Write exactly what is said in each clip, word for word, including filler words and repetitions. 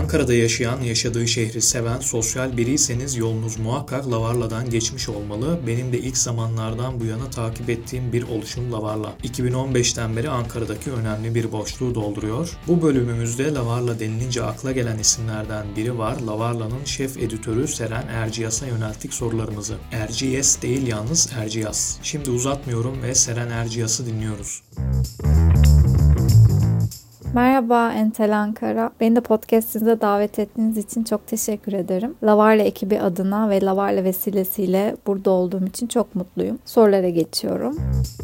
Ankara'da yaşayan, yaşadığı şehri seven, sosyal biriyseniz yolunuz muhakkak Lavarla'dan geçmiş olmalı. Benim de ilk zamanlardan bu yana takip ettiğim bir oluşum Lavarla. iki bin on beşten beri Ankara'daki önemli bir boşluğu dolduruyor. Bu bölümümüzde Lavarla denilince akla gelen isimlerden biri var. Lavarla'nın şef editörü Seren Erciyes'e yönelttik sorularımızı. Erciyes değil yalnız Erciyes. Şimdi uzatmıyorum ve Seren Erciyes'i dinliyoruz. Merhaba Entel Ankara. Beni de podcast'inize davet ettiğiniz için çok teşekkür ederim. Lavarla ekibi adına ve Lavarla vesilesiyle burada olduğum için çok mutluyum. Sorulara geçiyorum.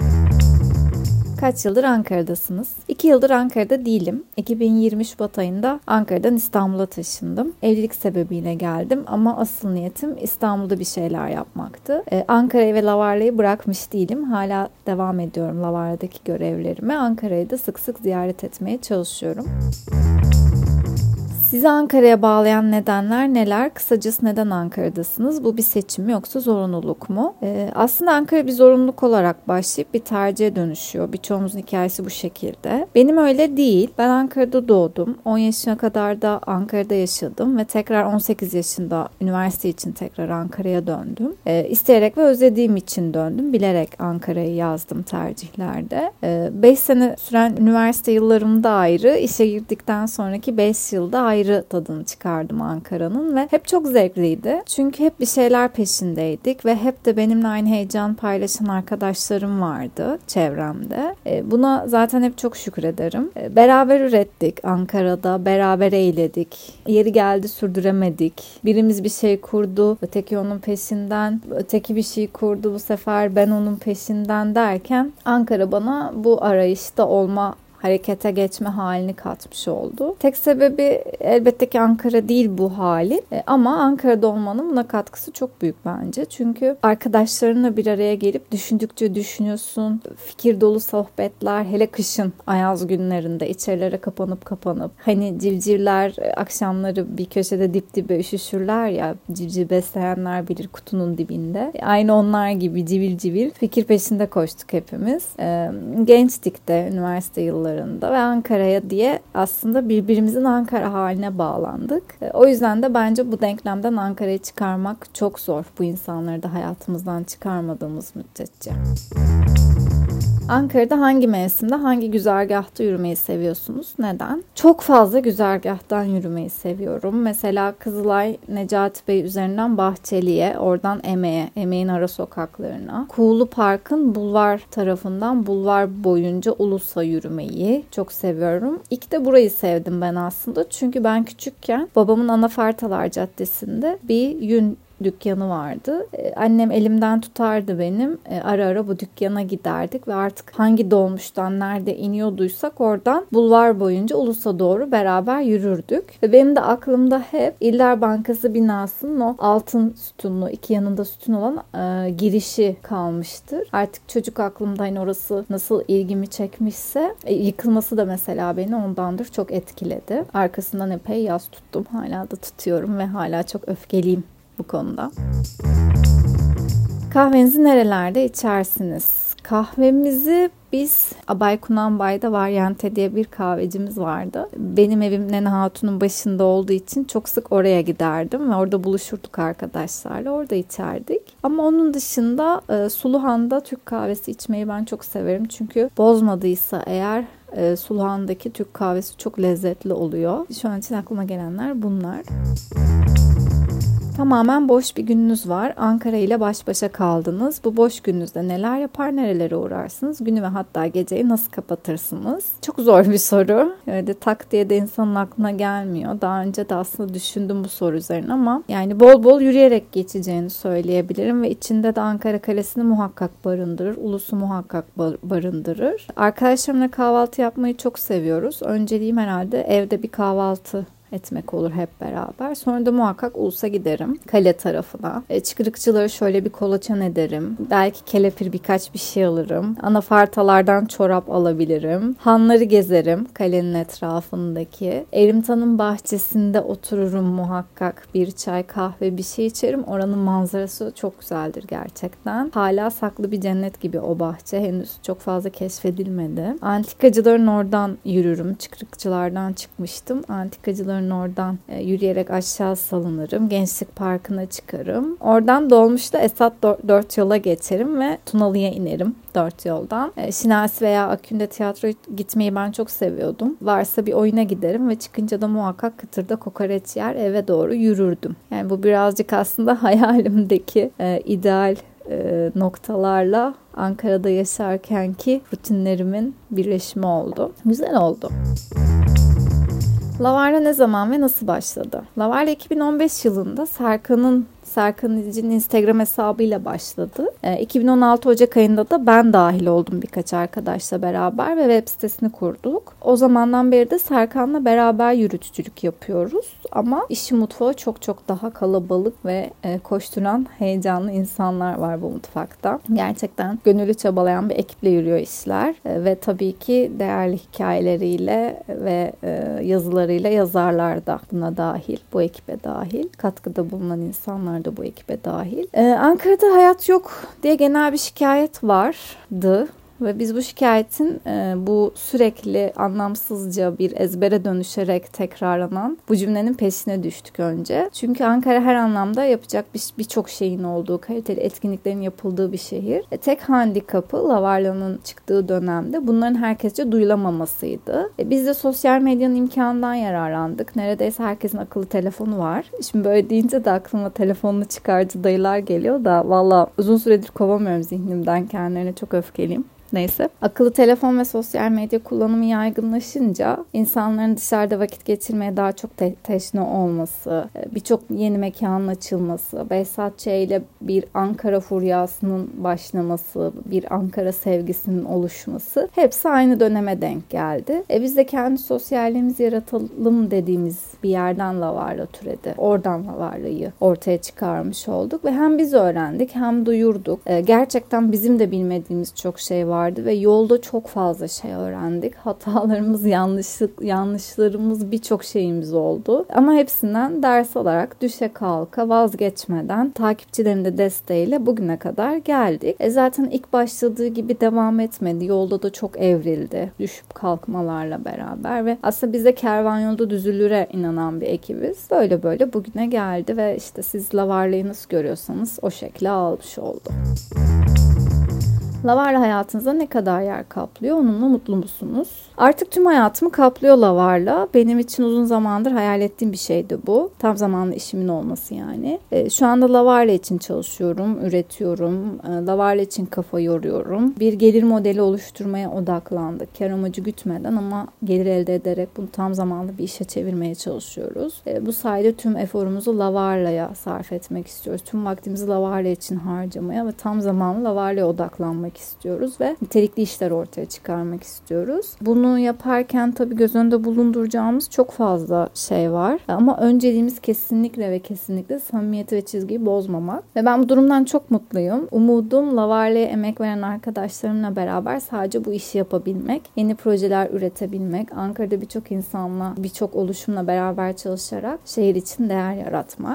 Kaç yıldır Ankara'dasınız? İki yıldır Ankara'da değilim. iki bin yirmi Şubat ayında Ankara'dan İstanbul'a taşındım. Evlilik sebebiyle geldim ama asıl niyetim İstanbul'da bir şeyler yapmaktı. Ee, Ankara'yı ve Lavarla'yı bırakmış değilim. Hala devam ediyorum Lavarla'daki görevlerime. Ankara'yı da sık sık ziyaret etmeye çalışıyorum. Sizi Ankara'ya bağlayan nedenler neler? Kısacası neden Ankara'dasınız? Bu bir seçim mi yoksa zorunluluk mu? Ee, aslında Ankara bir zorunluluk olarak başlayıp bir tercihe dönüşüyor. Birçoğumuzun hikayesi bu şekilde. Benim öyle değil. Ben Ankara'da doğdum. on yaşına kadar da Ankara'da yaşadım ve tekrar on sekiz yaşında üniversite için tekrar Ankara'ya döndüm. Ee, isteyerek ve özlediğim için döndüm. Bilerek Ankara'yı yazdım tercihlerde. Ee, beş sene süren üniversite yıllarımda ayrı, işe girdikten sonraki beş yılda ayrı tadını çıkardım Ankara'nın ve hep çok zevkliydi. Çünkü hep bir şeyler peşindeydik ve hep de benimle aynı heyecan paylaşan arkadaşlarım vardı çevremde. E, buna zaten hep çok şükrederim. E, beraber ürettik Ankara'da, beraber eğledik. Yeri geldi sürdüremedik. Birimiz bir şey kurdu, öteki onun peşinden, öteki bir şey kurdu, bu sefer ben onun peşinden derken Ankara bana bu arayışta olma, harekete geçme halini katmış oldu. Tek sebebi elbette ki Ankara değil bu hali. E, ama Ankara'da olmanın buna katkısı çok büyük bence. Çünkü arkadaşlarınla bir araya gelip düşündükçe düşünüyorsun. Fikir dolu sohbetler, hele kışın ayaz günlerinde içerilere kapanıp kapanıp hani civcivler akşamları bir köşede dip dibe üşüşürler ya, civciv besleyenler bilir kutunun dibinde. E, aynı onlar gibi civil civil fikir peşinde koştuk hepimiz. E, gençtik de üniversite yılları ve Ankara'ya diye aslında birbirimizin Ankara haline bağlandık. O yüzden de bence bu denklemden Ankara'yı çıkarmak çok zor. Bu insanları da hayatımızdan çıkarmadığımız müddetçe. Ankara'da hangi mevsimde, hangi güzergahta yürümeyi seviyorsunuz? Neden? Çok fazla güzergahtan yürümeyi seviyorum. Mesela Kızılay, Necati Bey üzerinden Bahçeli'ye, oradan Emeğe, Emeğin ara sokaklarına. Kuğulu Park'ın bulvar tarafından bulvar boyunca Ulus'a yürümeyi çok seviyorum. İlk de burayı sevdim ben aslında. Çünkü ben küçükken babamın Anafartalar Caddesi'nde bir yün dükkanı vardı. Ee, annem elimden tutardı benim. Ee, ara ara bu dükkana giderdik ve artık hangi dolmuştan nerede iniyorduysak oradan bulvar boyunca Ulus'a doğru beraber yürürdük. Ve benim de aklımda hep İller Bankası binasının o altın sütunlu, iki yanında sütun olan e, girişi kalmıştır. Artık çocuk aklımda hani orası nasıl ilgimi çekmişse e, yıkılması da mesela beni ondandır çok etkiledi. Arkasından epey yas tuttum. Hala da tutuyorum ve hala çok öfkeliyim bu konuda. Kahvenizi nerelerde içersiniz? Kahvemizi biz Abay Kunanbay'da Varyante diye bir kahvecimiz vardı. Benim evim Nene Hatun'un başında olduğu için çok sık oraya giderdim ve orada buluşurduk arkadaşlarla. Orada içerdik. Ama onun dışında e, Suluhan'da Türk kahvesi içmeyi ben çok severim. Çünkü bozmadıysa eğer e, Suluhan'daki Türk kahvesi çok lezzetli oluyor. Şu an için aklıma gelenler bunlar. Tamamen boş bir gününüz var. Ankara ile baş başa kaldınız. Bu boş gününüzde neler yapar, nerelere uğrarsınız? Günü ve hatta geceyi nasıl kapatırsınız? Çok zor bir soru. Öyle tak diye de insanın aklına gelmiyor. Daha önce de aslında düşündüm bu soru üzerine ama yani bol bol yürüyerek geçeceğini söyleyebilirim ve içinde de Ankara Kalesi'ni muhakkak barındırır. Ulus'u muhakkak barındırır. Arkadaşlarımla kahvaltı yapmayı çok seviyoruz. Önceliğim herhalde evde bir kahvaltı etmek olur hep beraber. Sonra da muhakkak Ulus'a giderim. Kale tarafına. E, çıkırıkçıları şöyle bir kolaçan ederim. Belki kelepir birkaç bir şey alırım. Anafartalardan çorap alabilirim. Hanları gezerim. Kalenin etrafındaki. Erimtan'ın bahçesinde otururum muhakkak. Bir çay, kahve bir şey içerim. Oranın manzarası çok güzeldir gerçekten. Hala saklı bir cennet gibi o bahçe. Henüz çok fazla keşfedilmedi. Antikacıların oradan yürürüm. Çıkırıkçılardan çıkmıştım. Antikacıların Onların oradan e, yürüyerek aşağı salınırım. Gençlik Parkı'na çıkarım. Oradan dolmuşta Esat dört yola geçerim ve Tunalı'ya inerim dört yoldan. E, Şinasi veya Akün'de tiyatroya gitmeyi ben çok seviyordum. Varsa bir oyuna giderim ve çıkınca da muhakkak kıtırda kokoreç yer eve doğru yürürdüm. Yani bu birazcık aslında hayalimdeki e, ideal e, noktalarla Ankara'da yaşarkenki rutinlerimin birleşimi oldu. Güzel oldu. Lavarla ne zaman ve nasıl başladı? Lavarla iki bin on beş yılında Serkan'ın Serkan İzci'nin Instagram hesabıyla başladı. E, iki bin on altı Ocak ayında da ben dahil oldum birkaç arkadaşla beraber ve web sitesini kurduk. O zamandan beri de Serkan'la beraber yürütücülük yapıyoruz. Ama işi mutfağı çok çok daha kalabalık ve e, koşturan heyecanlı insanlar var bu mutfakta. Gerçekten gönüllü çabalayan bir ekiple yürüyor işler. E, ve tabii ki değerli hikayeleriyle ve e, yazılarıyla yazarlar da buna dahil. Bu ekibe dahil. Katkıda bulunan insanlar da bu ekibe dahil. Ee, Ankara'da hayat yok diye genel bir şikayet vardı. Ve biz bu şikayetin e, bu sürekli anlamsızca bir ezbere dönüşerek tekrarlanan bu cümlenin peşine düştük önce. Çünkü Ankara her anlamda yapacak birçok bir şeyin olduğu, kaliteli etkinliklerin yapıldığı bir şehir. E, tek handikapı Lavarla'nın çıktığı dönemde bunların herkesçe duyulamamasıydı. E, biz de sosyal medyanın imkanından yararlandık. Neredeyse herkesin akıllı telefonu var. Şimdi böyle deyince de aklıma telefonunu çıkarcı dayılar geliyor da valla uzun süredir kovamıyorum zihnimden, kendilerine çok öfkeliyim. Neyse. Akıllı telefon ve sosyal medya kullanımı yaygınlaşınca insanların dışarıda vakit geçirmeye daha çok te- teşne olması, birçok yeni mekanın açılması, Behzat Ç. ile bir Ankara furyasının başlaması, bir Ankara sevgisinin oluşması hepsi aynı döneme denk geldi. E biz de kendi sosyalliğimizi yaratalım dediğimiz bir yerden Lavarla türedi. Oradan Lavarla'yı ortaya çıkarmış olduk ve hem biz öğrendik hem duyurduk. E, gerçekten bizim de bilmediğimiz çok şey var. Vardı ve yolda çok fazla şey öğrendik. Hatalarımız, yanlışlık, yanlışlarımız birçok şeyimiz oldu. Ama hepsinden ders alarak düşe kalka vazgeçmeden takipçilerin de desteğiyle bugüne kadar geldik. E zaten ilk başladığı gibi devam etmedi. Yolda da çok evrildi. Düşüp kalkmalarla beraber ve aslında biz de kervan yolda düzülüre inanan bir ekibiz. Böyle böyle bugüne geldi ve işte siz Lavarla'yı nasıl görüyorsanız o şekli almış oldu. Lavarla hayatınızda ne kadar yer kaplıyor? Onunla mutlu musunuz? Artık tüm hayatımı kaplıyor Lavarla. Benim için uzun zamandır hayal ettiğim bir şeydi bu. Tam zamanlı işimin olması yani. E, şu anda Lavarla için çalışıyorum, üretiyorum. E, Lavarla için kafa yoruyorum. Bir gelir modeli oluşturmaya odaklandık. Kar amacı gütmeden ama gelir elde ederek bunu tam zamanlı bir işe çevirmeye çalışıyoruz. E, bu sayede tüm eforumuzu Lavarla'ya sarf etmek istiyoruz. Tüm vaktimizi Lavarla için harcamaya ve tam zamanlı Lavarla'ya odaklanmak istiyoruz ve nitelikli işler ortaya çıkarmak istiyoruz. Bunu yaparken tabii göz önünde bulunduracağımız çok fazla şey var. Ama önceliğimiz kesinlikle ve kesinlikle samimiyeti ve çizgiyi bozmamak. Ve ben bu durumdan çok mutluyum. Umudum Lavarla'ya emek veren arkadaşlarımla beraber sadece bu işi yapabilmek, yeni projeler üretebilmek, Ankara'da birçok insanla, birçok oluşumla beraber çalışarak şehir için değer yaratmak.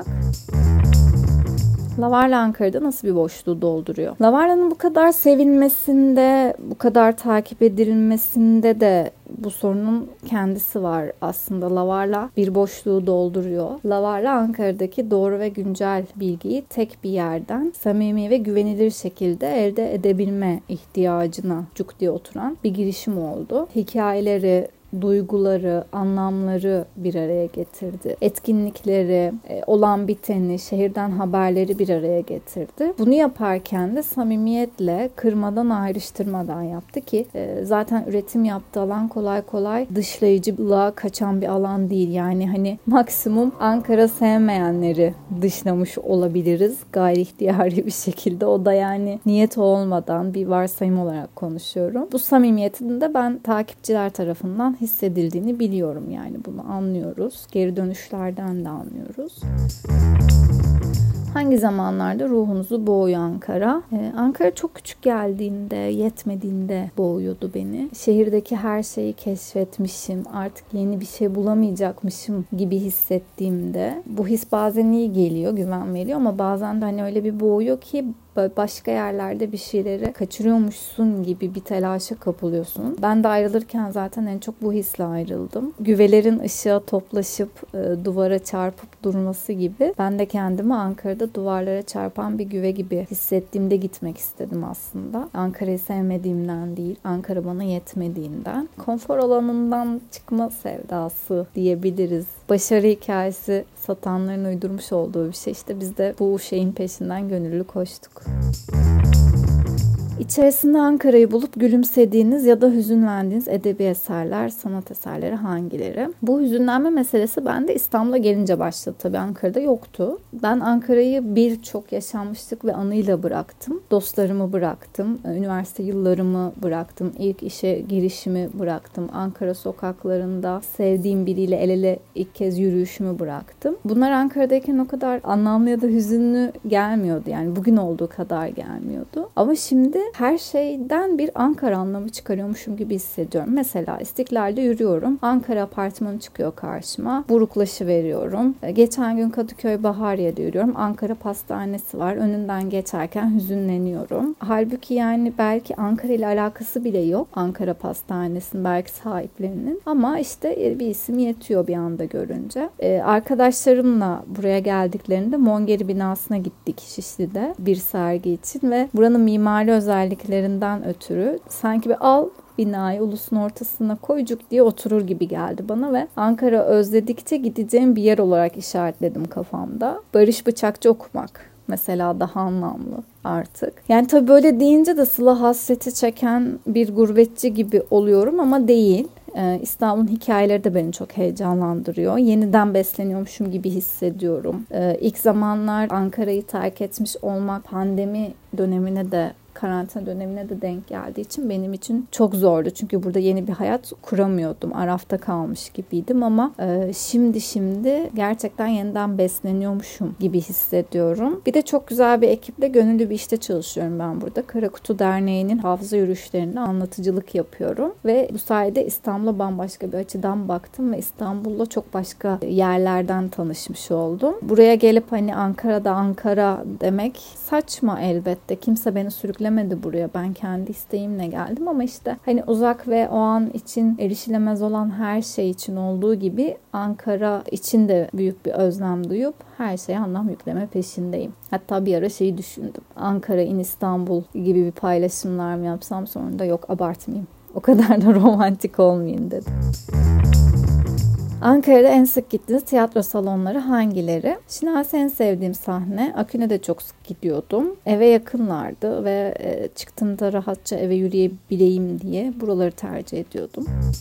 Lavarla Ankara'da nasıl bir boşluğu dolduruyor? Lavarla'nın bu kadar sevilmesinde, bu kadar takip edilmesinde de bu sorunun kendisi var aslında. Lavarla bir boşluğu dolduruyor. Lavarla Ankara'daki doğru ve güncel bilgiyi tek bir yerden samimi ve güvenilir şekilde elde edebilme ihtiyacına cuk diye oturan bir girişim oldu. Hikayeleri, duyguları, anlamları bir araya getirdi. Etkinlikleri, olan biteni, şehirden haberleri bir araya getirdi. Bunu yaparken de samimiyetle, kırmadan, ayrıştırmadan yaptı ki zaten üretim yaptığı alan kolay kolay dışlayıcılığa kaçan bir alan değil. Yani hani maksimum Ankara sevmeyenleri dışlamış olabiliriz gayri ihtiyari bir şekilde. O da yani niyet olmadan bir varsayım olarak konuşuyorum. Bu samimiyetin de ben takipçiler tarafından hissedildiğini biliyorum, yani bunu anlıyoruz. Geri dönüşlerden de anlıyoruz. Hangi zamanlarda ruhunuzu boğuyor Ankara? Ee, Ankara çok küçük geldiğinde, yetmediğinde boğuyordu beni. Şehirdeki her şeyi keşfetmişim, artık yeni bir şey bulamayacakmışım gibi hissettiğimde, bu his bazen iyi geliyor, güven veriyor ama bazen de hani öyle bir boğuyor ki böyle başka yerlerde bir şeyleri kaçırıyormuşsun gibi bir telaşa kapılıyorsun. Ben de ayrılırken zaten en çok bu hisle ayrıldım. Güvelerin ışığa toplaşıp e, duvara çarpıp durması gibi ben de kendimi Ankara'da duvarlara çarpan bir güve gibi hissettiğimde gitmek istedim aslında. Ankara'yı sevmediğimden değil, Ankara bana yetmediğinden. Konfor alanından çıkma sevdası diyebiliriz. Başarı hikayesi satanların uydurmuş olduğu bir şey. İşte biz de bu şeyin peşinden gönüllü koştuk. İçerisinde Ankara'yı bulup gülümsediğiniz ya da hüzünlendiğiniz edebi eserler, sanat eserleri hangileri? Bu hüzünlenme meselesi bende İstanbul'a gelince başladı. Tabii Ankara'da yoktu. Ben Ankara'yı birçok yaşanmışlık ve anıyla bıraktım. Dostlarımı bıraktım. Üniversite yıllarımı bıraktım. İlk işe girişimi bıraktım. Ankara sokaklarında sevdiğim biriyle el ele ilk kez yürüyüşümü bıraktım. Bunlar Ankara'dayken o kadar anlamlı ya da hüzünlü gelmiyordu. Yani bugün olduğu kadar gelmiyordu. Ama şimdi her şeyden bir Ankara anlamı çıkarıyormuşum gibi hissediyorum. Mesela İstiklal'de yürüyorum. Ankara apartmanı çıkıyor karşıma. Buruklaşı veriyorum. Geçen gün Kadıköy Bahariye'de yürüyorum. Ankara pastanesi var. Önünden geçerken hüzünleniyorum. Halbuki yani belki Ankara ile alakası bile yok. Ankara Pastanesi'nin belki sahiplerinin. Ama işte bir isim yetiyor bir anda görünce. Ee, arkadaşlarımla buraya geldiklerinde Mongeri binasına gittik Şişli'de bir sergi için ve buranın mimari özelliklerinden ötürü sanki bir al binayı ulusun ortasına koycuk diye oturur gibi geldi bana ve Ankara özledikçe gideceğim bir yer olarak işaretledim kafamda. Barış Bıçakçı okumak mesela daha anlamlı artık. Yani tabii böyle deyince de sıla hasreti çeken bir gurbetçi gibi oluyorum ama değil. Ee, İstanbul'un hikayeleri de beni çok heyecanlandırıyor. Yeniden besleniyormuşum gibi hissediyorum. Ee, ilk zamanlar Ankara'yı terk etmiş olmak pandemi dönemine de karantina dönemine de denk geldiği için benim için çok zordu. Çünkü burada yeni bir hayat kuramıyordum. Arafta kalmış gibiydim ama e, şimdi şimdi gerçekten yeniden besleniyormuşum gibi hissediyorum. Bir de çok güzel bir ekiple gönüllü bir işte çalışıyorum ben burada. Karakutu Derneği'nin hafıza yürüyüşlerinde anlatıcılık yapıyorum. Ve bu sayede İstanbul'a bambaşka bir açıdan baktım ve İstanbul'la çok başka yerlerden tanışmış oldum. Buraya gelip hani Ankara'da Ankara demek saçma elbette. Kimse beni sürüklemedi buraya. Ben kendi isteğimle geldim ama işte hani uzak ve o an için erişilemez olan her şey için olduğu gibi Ankara için de büyük bir özlem duyup her şeye anlam yükleme peşindeyim. Hatta bir ara şeyi düşündüm. Ankara in İstanbul gibi bir paylaşımlar mı yapsam, sonra da yok abartmayayım. O kadar da romantik olmayayım dedim. Ankara'da en sık gittiğiniz tiyatro salonları hangileri? Şinasi en sevdiğim sahne. Aküne'de çok sık gidiyordum. Eve yakınlardı ve e, çıktığımda rahatça eve yürüyebileyim diye buraları tercih ediyordum.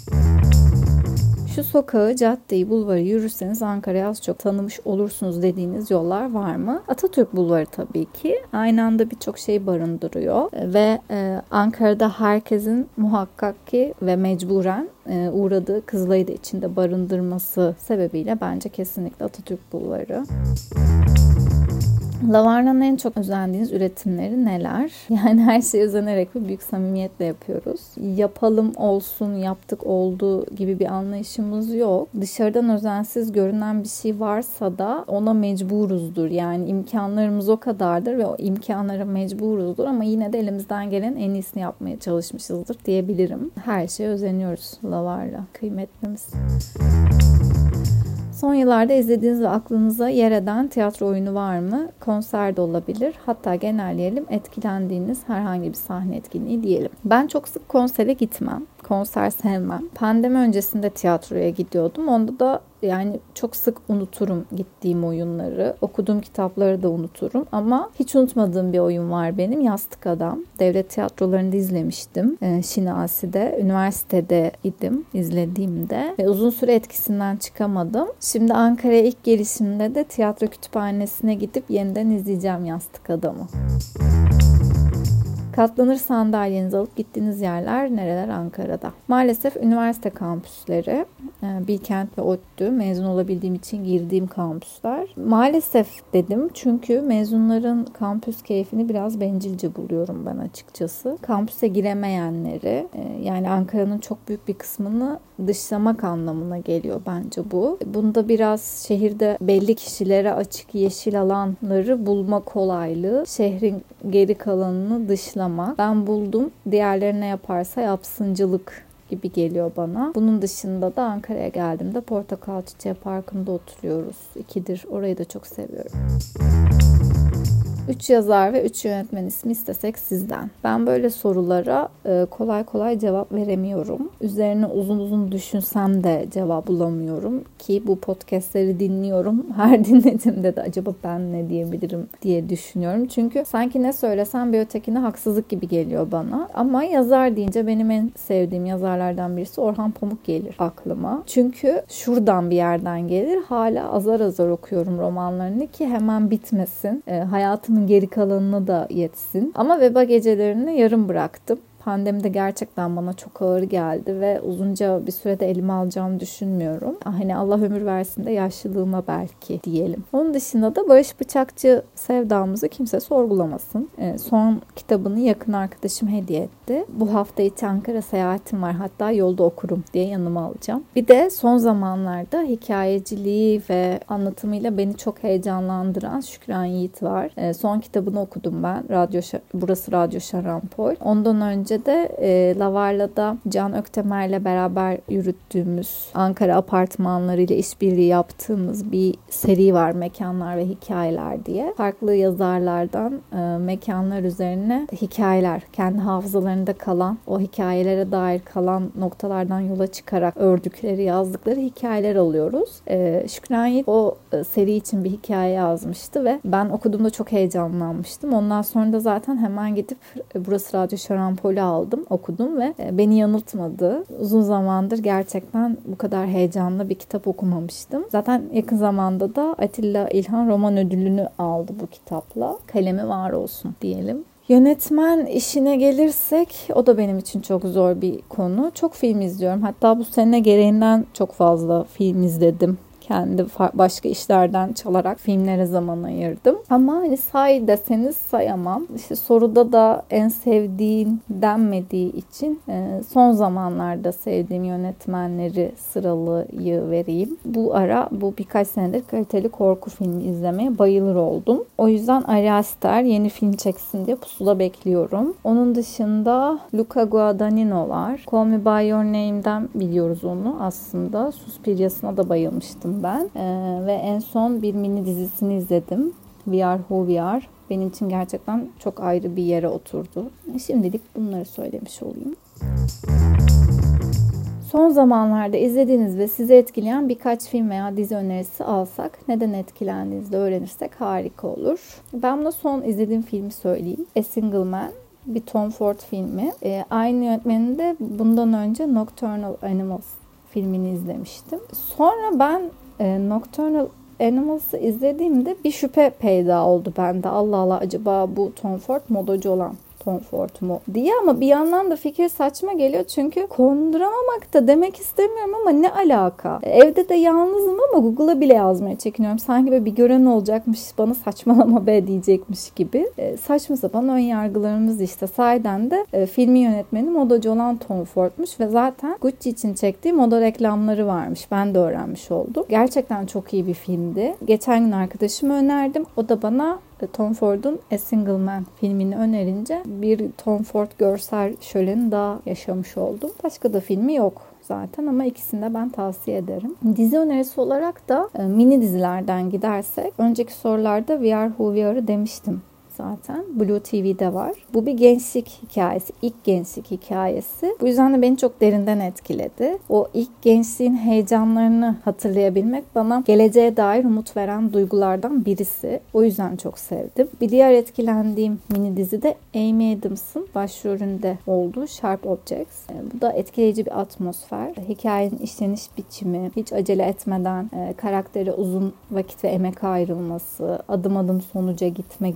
Şu sokağı, caddeyi, bulvarı yürürseniz Ankara'yı az çok tanımış olursunuz dediğiniz yollar var mı? Atatürk Bulvarı tabii ki. Aynı anda birçok şey barındırıyor ve e, Ankara'da herkesin muhakkak ki ve mecburen e, uğradığı Kızılay'ı da içinde barındırması sebebiyle bence kesinlikle Atatürk Bulvarı. Lavarna'nın en çok özendiğiniz üretimleri neler? Yani her şeye özenerek ve büyük samimiyetle yapıyoruz. Yapalım olsun, yaptık oldu gibi bir anlayışımız yok. Dışarıdan özensiz görünen bir şey varsa da ona mecburuzdur. Yani imkanlarımız o kadardır ve o imkanlara mecburuzdur ama yine de elimizden gelen en iyisini yapmaya çalışmışızdır diyebilirim. Her şeye özeniyoruz Lavarna. Kıymetlimiz. Son yıllarda izlediğiniz ve aklınıza yer eden tiyatro oyunu var mı? Konser de olabilir. Hatta genelleyelim, etkilendiğiniz herhangi bir sahne etkinliği diyelim. Ben çok sık konsere gitmem. Konser sevmem. Pandemi öncesinde tiyatroya gidiyordum. Onda da yani çok sık unuturum gittiğim oyunları. Okuduğum kitapları da unuturum. Ama hiç unutmadığım bir oyun var benim. Yastık Adam. Devlet tiyatrolarında izlemiştim. Ee, Şinasi'de. Üniversitede idim izlediğimde. Ve uzun süre etkisinden çıkamadım. Şimdi Ankara'ya ilk gelişimde de tiyatro kütüphanesine gidip yeniden izleyeceğim Yastık Adam'ı. Katlanır sandalyenizi alıp gittiğiniz yerler nereler Ankara'da? Maalesef üniversite kampüsleri, Bilkent ve ODTÜ mezun olabildiğim için girdiğim kampüsler. Maalesef dedim çünkü mezunların kampüs keyfini biraz bencilce buluyorum ben açıkçası. Kampüse giremeyenleri, yani Ankara'nın çok büyük bir kısmını dışlamak anlamına geliyor bence bu. Bunda biraz şehirde belli kişilere açık yeşil alanları bulma kolaylığı, şehrin geri kalanını dışlamak. Ben buldum, diğerlerine yaparsa yapsıncılık gibi geliyor bana. Bunun dışında da Ankara'ya geldiğimde Portakal Çiçeği Parkı'nda oturuyoruz. İkidir. Orayı da çok seviyorum. Üç yazar ve üç yönetmen ismi istesek sizden. Ben böyle sorulara e, kolay kolay cevap veremiyorum. Üzerine uzun uzun düşünsem de cevap bulamıyorum. Ki bu podcastleri dinliyorum. Her dinlediğimde de acaba ben ne diyebilirim diye düşünüyorum. Çünkü sanki ne söylesem bir ötekine haksızlık gibi geliyor bana. Ama yazar deyince benim en sevdiğim yazarlardan birisi Orhan Pamuk gelir aklıma. Çünkü şuradan bir yerden gelir. Hala azar azar okuyorum romanlarını ki hemen bitmesin. E, hayatım geri kalanına da yetsin. Ama Veba Gecelerini yarım bıraktım. Pandemide gerçekten bana çok ağır geldi ve uzunca bir sürede elime alacağımı düşünmüyorum. Hani Allah ömür versin de yaşlılığıma belki diyelim. Onun dışında da Barış Bıçakçı sevdamızı kimse sorgulamasın. E, son kitabını yakın arkadaşım hediye etti. Bu hafta içi Ankara seyahatim var. Hatta yolda okurum diye yanıma alacağım. Bir de son zamanlarda hikayeciliği ve anlatımıyla beni çok heyecanlandıran Şükran Yiğit var. E, son kitabını okudum ben. Radyo Burası Radyo Şarampol. Ondan önce de e, Lavarla'da Can Öktemer'le beraber yürüttüğümüz Ankara apartmanlarıyla işbirliği yaptığımız bir seri var, Mekanlar ve Hikayeler diye. Farklı yazarlardan e, mekanlar üzerine hikayeler, kendi hafızalarında kalan, o hikayelere dair kalan noktalardan yola çıkarak ördükleri, yazdıkları hikayeler alıyoruz. E, Şükran Yiğit o e, seri için bir hikaye yazmıştı ve ben okuduğumda çok heyecanlanmıştım. Ondan sonra da zaten hemen gidip e, Burası Radyo Şarampol'ü aldım, okudum ve beni yanıltmadı. Uzun zamandır gerçekten bu kadar heyecanlı bir kitap okumamıştım. Zaten yakın zamanda da Atilla İlhan roman ödülünü aldı bu kitapla. Kalemi var olsun diyelim. Yönetmen işine gelirsek o da benim için çok zor bir konu. Çok film izliyorum. Hatta bu sene gereğinden çok fazla film izledim. Kendi başka işlerden çalarak filmlere zaman ayırdım. Ama hani say deseniz sayamam. İşte soruda da en sevdiğin denmediği için son zamanlarda sevdiğim yönetmenleri sıralayı vereyim. Bu ara bu birkaç senedir kaliteli korku filmi izlemeye bayılır oldum. O yüzden Ari Aster yeni film çeksin diye pusula bekliyorum. Onun dışında Luca Guadagnino var. Call Me By Your Name'den biliyoruz onu aslında. Suspiria'sına da bayılmıştım ben. Ee, ve en son bir mini dizisini izledim. We Are Who We Are. Benim için gerçekten çok ayrı bir yere oturdu. Şimdilik bunları söylemiş olayım. Son zamanlarda izlediğiniz ve sizi etkileyen birkaç film veya dizi önerisi alsak, neden etkilendiğinizi de öğrenirsek harika olur. Ben buna son izlediğim filmi söyleyeyim. A Single Man. Bir Tom Ford filmi. Ee, aynı yönetmenin de bundan önce Nocturnal Animals filmini izlemiştim. Sonra ben e, Nocturnal Animals'ı izlediğimde bir şüphe peyda oldu bende. Allah Allah, acaba bu Tom Ford modacı olan Tom Ford mu diye, ama bir yandan da fikir saçma geliyor çünkü konduramamak da demek istemiyorum ama ne alaka? Evde de yalnızım ama Google'a bile yazmaya çekiniyorum. Sanki böyle bir gören olacakmış, bana saçmalama be diyecekmiş gibi. E, saçma sapan ön yargılarımız işte. Sahiden de e, filmin yönetmeni modacı olan Tom Ford'muş ve zaten Gucci için çektiği moda reklamları varmış. Ben de öğrenmiş oldum. Gerçekten çok iyi bir filmdi. Geçen gün arkadaşıma önerdim. O da bana Tom Ford'un A Single Man filmini önerince bir Tom Ford görsel şöleni daha yaşamış oldum. Başka da filmi yok zaten ama ikisini de ben tavsiye ederim. Dizi önerisi olarak da mini dizilerden gidersek, önceki sorularda We Are Who We Are'ı demiştim zaten. Blue T V'de var. Bu bir gençlik hikayesi. İlk gençlik hikayesi. Bu yüzden de beni çok derinden etkiledi. O ilk gençliğin heyecanlarını hatırlayabilmek bana geleceğe dair umut veren duygulardan birisi. O yüzden çok sevdim. Bir diğer etkilendiğim mini dizi de Amy Adams'ın başrolünde olduğu Sharp Objects. Bu da etkileyici bir atmosfer. Hikayenin işleniş biçimi, hiç acele etmeden karaktere uzun vakit ve emek ayrılması, adım adım sonuca gitme gibi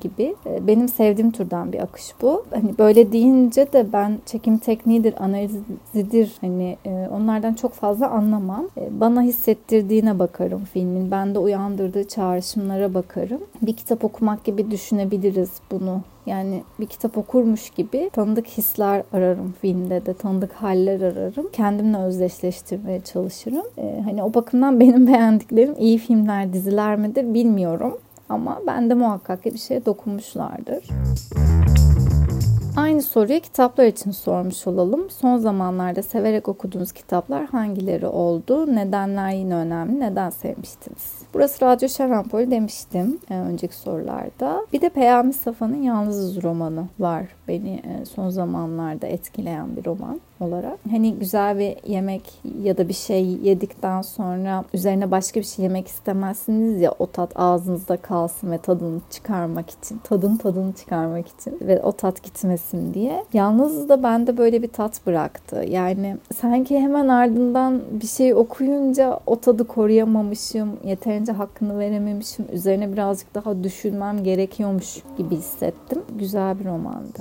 Benim sevdiğim türden bir akış bu. Hani böyle deyince de ben çekim tekniğidir, analizidir, hani onlardan çok fazla anlamam. Bana hissettirdiğine bakarım filmin. Bende uyandırdığı çağrışımlara bakarım. Bir kitap okumak gibi düşünebiliriz bunu. Yani bir kitap okurmuş gibi tanıdık hisler ararım filmde de, tanıdık haller ararım. Kendimle özdeşleştirmeye çalışırım. Ee, hani o bakımdan benim beğendiklerim iyi filmler, diziler midir bilmiyorum. Ama bende muhakkak bir şeye dokunmuşlardır. Aynı soruyu kitaplar için sormuş olalım. Son zamanlarda severek okuduğunuz kitaplar hangileri oldu? Nedenler yine önemli. Neden sevmiştiniz? Burası Radyo Şarampol demiştim önceki sorularda. Bir de Peyami Safa'nın Yalnızız romanı var. Beni son zamanlarda etkileyen bir roman olarak. Hani güzel bir yemek ya da bir şey yedikten sonra üzerine başka bir şey yemek istemezsiniz ya, o tat ağzınızda kalsın ve tadını çıkarmak için, tadın tadını çıkarmak için ve o tat gitmesin diye. Yalnız da bende böyle bir tat bıraktı. Yani sanki hemen ardından bir şey okuyunca o tadı koruyamamışım, yeterince hakkını verememişim, üzerine birazcık daha düşünmem gerekiyormuş gibi hissettim. Güzel bir romandı.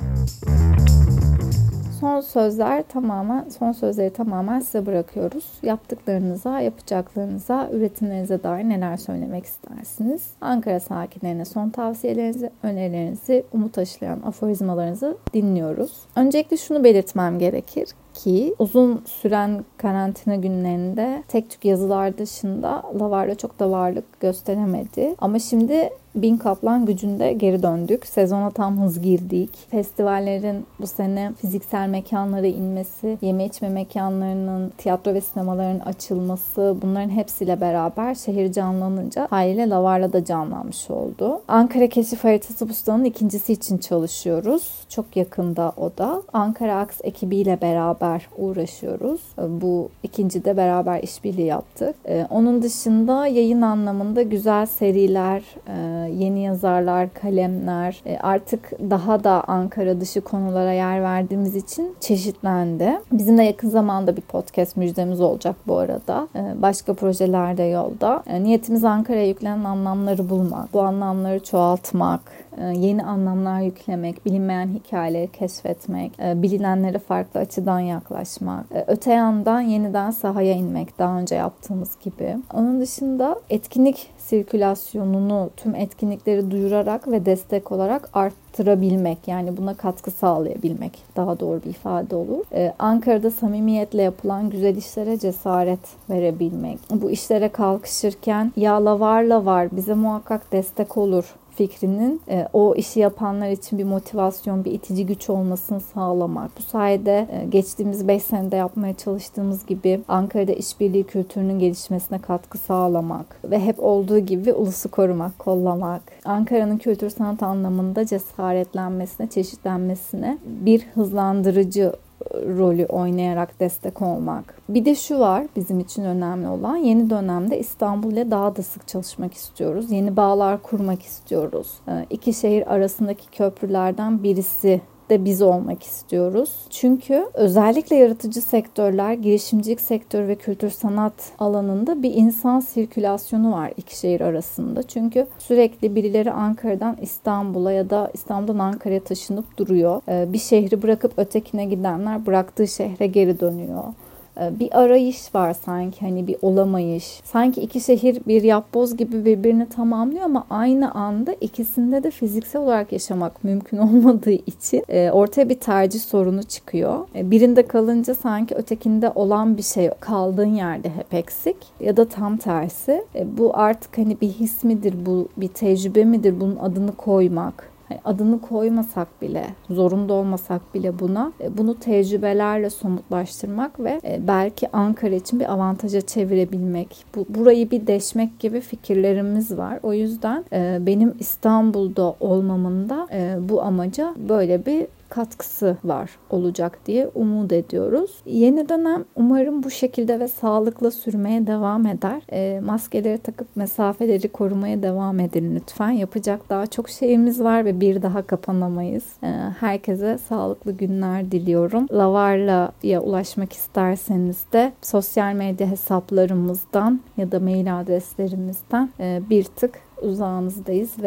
Son sözler tamamen, son sözleri tamamen size bırakıyoruz. Yaptıklarınıza, yapacaklarınıza, üretimlerinize dair neler söylemek istersiniz? Ankara sakinlerine son tavsiyelerinizi, önerilerinizi, umut aşılayan aforizmalarınızı dinliyoruz. Öncelikle şunu belirtmem gerekir ki uzun süren karantina günlerinde tek tük yazılar dışında Lavar'da çok da varlık gösteremedi. Ama şimdi Bin Kaplan gücünde geri döndük. Sezona tam hız girdik. Festivallerin bu sene fiziksel mekanlara inmesi, yeme içme mekanlarının, tiyatro ve sinemaların açılması, bunların hepsiyle beraber şehir canlanınca haliyle Lavar'la da canlanmış oldu. Ankara Keşif Haritası Pusulanın ikincisi için çalışıyoruz. Çok yakında o da. Ankara Aks ekibiyle beraber uğraşıyoruz. Bu ikincide beraber işbirliği yaptık. Onun dışında yayın anlamında güzel seriler, yeni yazarlar, kalemler, artık daha da Ankara dışı konulara yer verdiğimiz için çeşitlendi. Bizim de yakın zamanda bir podcast müjdemiz olacak bu arada. Başka projeler de yolda. Niyetimiz Ankara'ya yüklenen anlamları bulmak, bu anlamları çoğaltmak, yeni anlamlar yüklemek, bilinmeyen hikayeleri keşfetmek, bilinenlere farklı açıdan yaklaşmak, öte yandan yeniden sahaya inmek, daha önce yaptığımız gibi. Onun dışında etkinlik sirkülasyonunu, tüm etkinlikleri duyurarak ve destek olarak arttırabilmek, yani buna katkı sağlayabilmek daha doğru bir ifade olur. Ee, Ankara'da samimiyetle yapılan güzel işlere cesaret verebilmek, bu işlere kalkışırken ya Lavar'la var bize muhakkak destek olur fikrinin e, o işi yapanlar için bir motivasyon, bir itici güç olmasını sağlamak. Bu sayede e, geçtiğimiz beş senede yapmaya çalıştığımız gibi Ankara'da işbirliği kültürünün gelişmesine katkı sağlamak ve hep olduğu gibi ulusu korumak, kollamak. Ankara'nın kültür sanat anlamında cesaretlenmesine, çeşitlenmesine bir hızlandırıcı rolü oynayarak destek olmak. Bir de şu var bizim için önemli olan, yeni dönemde İstanbul ile daha da sık çalışmak istiyoruz. Yeni bağlar kurmak istiyoruz. İki şehir arasındaki köprülerden birisi de biz olmak istiyoruz. Çünkü özellikle yaratıcı sektörler, girişimcilik sektörü ve kültür sanat alanında bir insan sirkülasyonu var iki şehir arasında. Çünkü sürekli birileri Ankara'dan İstanbul'a ya da İstanbul'dan Ankara'ya taşınıp duruyor. Bir şehri bırakıp ötekine gidenler bıraktığı şehre geri dönüyor. Bir arayış var sanki, hani bir olamayış. Sanki iki şehir bir yapboz gibi birbirini tamamlıyor ama aynı anda ikisinde de fiziksel olarak yaşamak mümkün olmadığı için ortaya bir tercih sorunu çıkıyor. Birinde kalınca sanki ötekinde olan bir şey kaldığın yerde hep eksik ya da tam tersi. Bu artık hani bir his midir, bu bir tecrübe midir, bunun adını koymak. Adını koymasak bile, zorunda olmasak bile buna, bunu tecrübelerle somutlaştırmak ve belki Ankara için bir avantaja çevirebilmek, bu, burayı bir deşmek gibi fikirlerimiz var. O yüzden benim İstanbul'da olmamın da bu amaca böyle bir katkısı var olacak diye umut ediyoruz. Yeni dönem umarım bu şekilde ve sağlıkla sürmeye devam eder. E, maskeleri takıp mesafeleri korumaya devam edin lütfen. Yapacak daha çok şeyimiz var ve bir daha kapanamayız. E, herkese sağlıklı günler diliyorum. Lavarla'ya ulaşmak isterseniz de sosyal medya hesaplarımızdan ya da mail adreslerimizden e, bir tık uzağınızdayız ve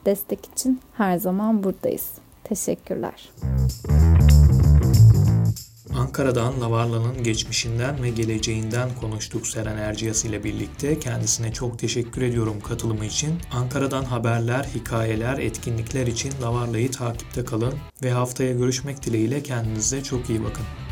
destek için her zaman buradayız. Teşekkürler. Ankara'dan Lavarla'nın geçmişinden ve geleceğinden konuştuk Seren Erciyes ile birlikte. Kendisine çok teşekkür ediyorum katılımı için. Ankara'dan haberler, hikayeler, etkinlikler için Lavarla'yı takipte kalın ve haftaya görüşmek dileğiyle kendinize çok iyi bakın.